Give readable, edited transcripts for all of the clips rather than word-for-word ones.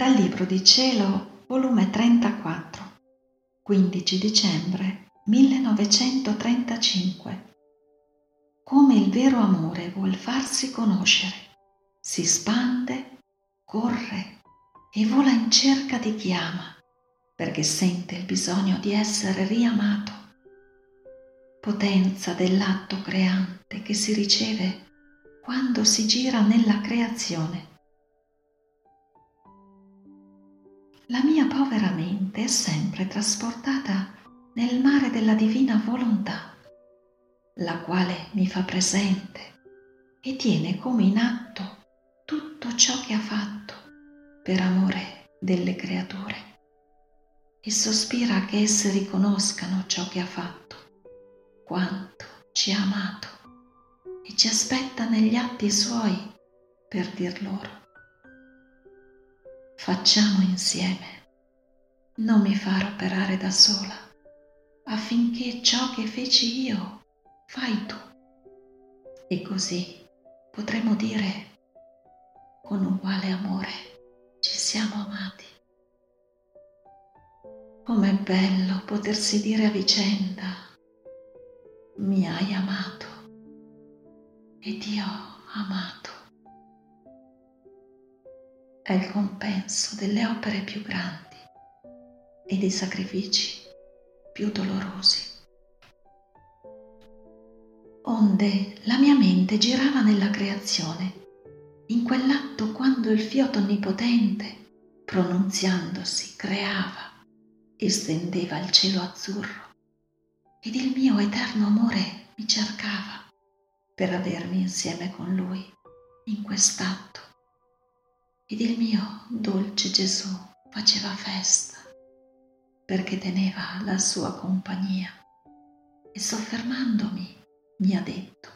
Dal Libro di Cielo, volume 34, 15 dicembre 1935. Come il vero amore vuol farsi conoscere, si spande, corre e vola in cerca di chi ama, perché sente il bisogno di essere riamato. Potenza dell'atto creante che si riceve quando si gira nella creazione. La mia povera mente è sempre trasportata nel mare della divina volontà, la quale mi fa presente e tiene come in atto tutto ciò che ha fatto per amore delle creature e sospira che esse riconoscano ciò che ha fatto, quanto ci ha amato e ci aspetta negli atti suoi per dir loro: facciamo insieme. Non mi farò operare da sola, affinché ciò che feci io fai tu. E così potremo dire: con uguale amore ci siamo amati. Com'è bello potersi dire a vicenda: mi hai amato ed io ho amato. È il compenso delle opere più grandi e dei sacrifici più dolorosi. Onde la mia mente girava nella creazione, in quell'atto quando il fiato onnipotente, pronunziandosi, creava e stendeva il cielo azzurro, ed il mio eterno amore mi cercava per avermi insieme con lui in quest'atto, ed il mio dolce Gesù faceva festa perché teneva la sua compagnia e soffermandomi mi ha detto: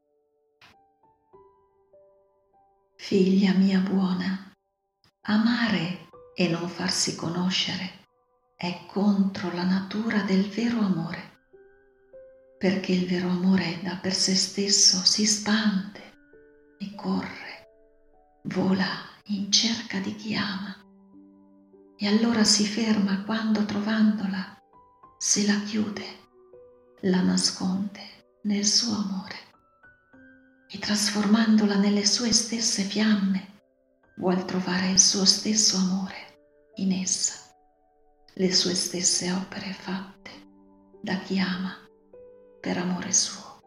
figlia mia buona, amare e non farsi conoscere è contro la natura del vero amore, perché il vero amore da per sé stesso si spande e corre, vola in cerca di chi ama, e allora si ferma quando trovandola se la chiude, la nasconde nel suo amore e trasformandola nelle sue stesse fiamme vuol trovare il suo stesso amore in essa, le sue stesse opere fatte da chi ama per amore suo.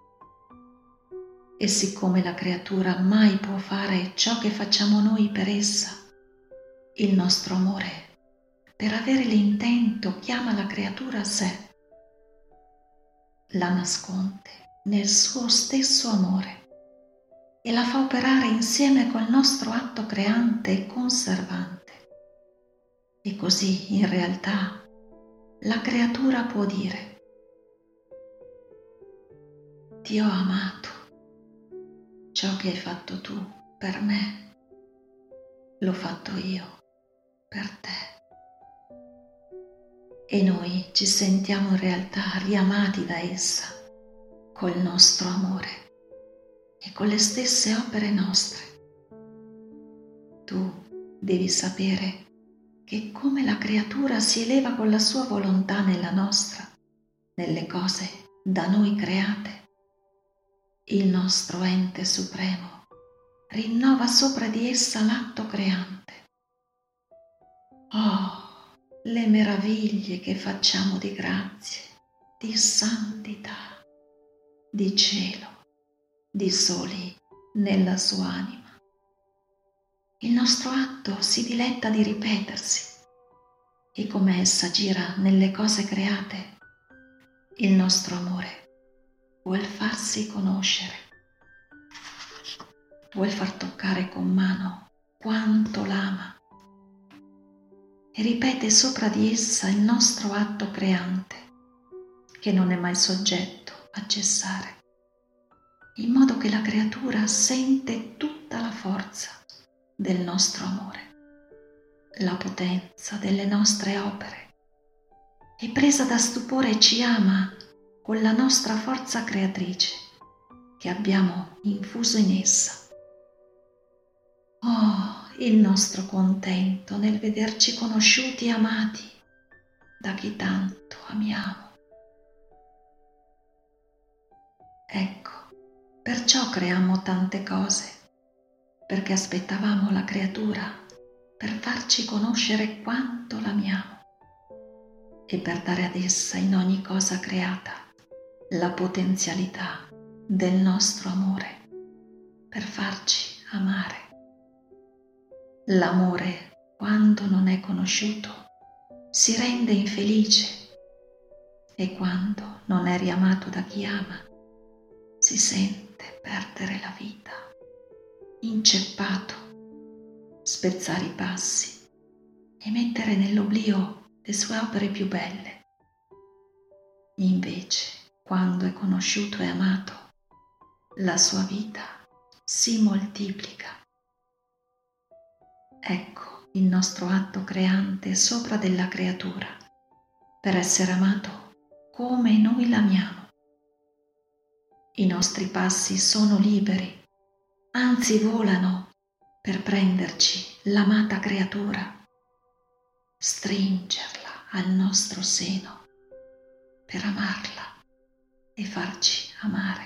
E siccome la creatura mai può fare ciò che facciamo noi per essa, il nostro amore, per avere l'intento, chiama la creatura a sé, la nasconde nel suo stesso amore e la fa operare insieme col nostro atto creante e conservante. E così, in realtà, la creatura può dire: ti ho amato, ciò che hai fatto tu per me, l'ho fatto io per te. E noi ci sentiamo in realtà riamati da essa col nostro amore e con le stesse opere nostre. Tu devi sapere che come la creatura si eleva con la sua volontà nella nostra, nelle cose da noi create, il nostro ente supremo rinnova sopra di essa l'atto creante. Oh, le meraviglie che facciamo di grazie, di santità, di cielo, di soli nella sua anima. Il nostro atto si diletta di ripetersi e come essa gira nelle cose create, il nostro amore vuol farsi conoscere, vuol far toccare con mano quanto l'ama e ripete sopra di essa il nostro atto creante, che non è mai soggetto a cessare, in modo che la creatura sente tutta la forza del nostro amore, la potenza delle nostre opere, e presa da stupore ci ama con la nostra forza creatrice che abbiamo infuso in essa. Oh, il nostro contento nel vederci conosciuti e amati da chi tanto amiamo. Ecco, perciò creammo tante cose, perché aspettavamo la creatura per farci conoscere quanto l'amiamo e per dare ad essa in ogni cosa creata la potenzialità del nostro amore, per farci amare. L'amore, quando non è conosciuto, si rende infelice e quando non è riamato da chi ama, si sente perdere la vita, inceppato, spezzare i passi e mettere nell'oblio le sue opere più belle. Invece, quando è conosciuto e amato, la sua vita si moltiplica. Ecco il nostro atto creante sopra della creatura, per essere amato come noi l'amiamo. I nostri passi sono liberi, anzi volano per prenderci l'amata creatura, stringerla al nostro seno per amarla e farci amare.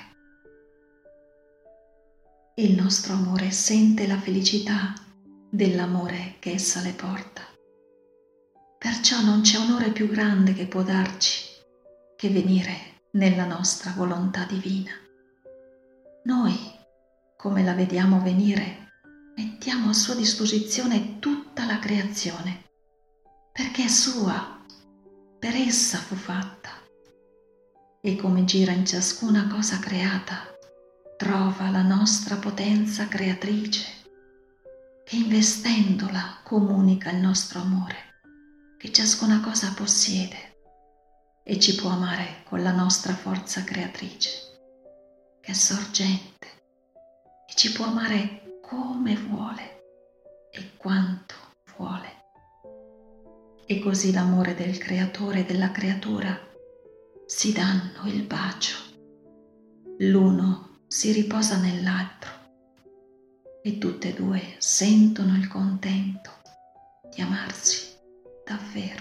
Il nostro amore sente la felicità dell'amore che essa le porta. Perciò non c'è onore più grande che può darci che venire nella nostra volontà divina. Noi, come la vediamo venire, mettiamo a sua disposizione tutta la creazione, perché è sua, per essa fu fatta. E come gira in ciascuna cosa creata, trova la nostra potenza creatrice, che investendola comunica il nostro amore, che ciascuna cosa possiede, e ci può amare con la nostra forza creatrice, che è sorgente, e ci può amare come vuole e quanto vuole. E così l'amore del creatore e della creatura si danno il bacio, l'uno si riposa nell'altro e tutte e due sentono il contento di amarsi davvero.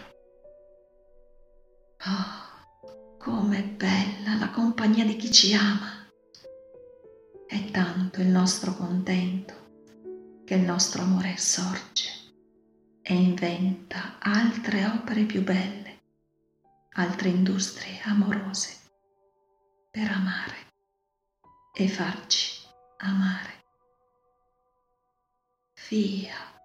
Oh, com'è bella la compagnia di chi ci ama! È tanto il nostro contento che il nostro amore sorge e inventa altre opere più belle, altre industrie amorose per amare e farci amare. Via.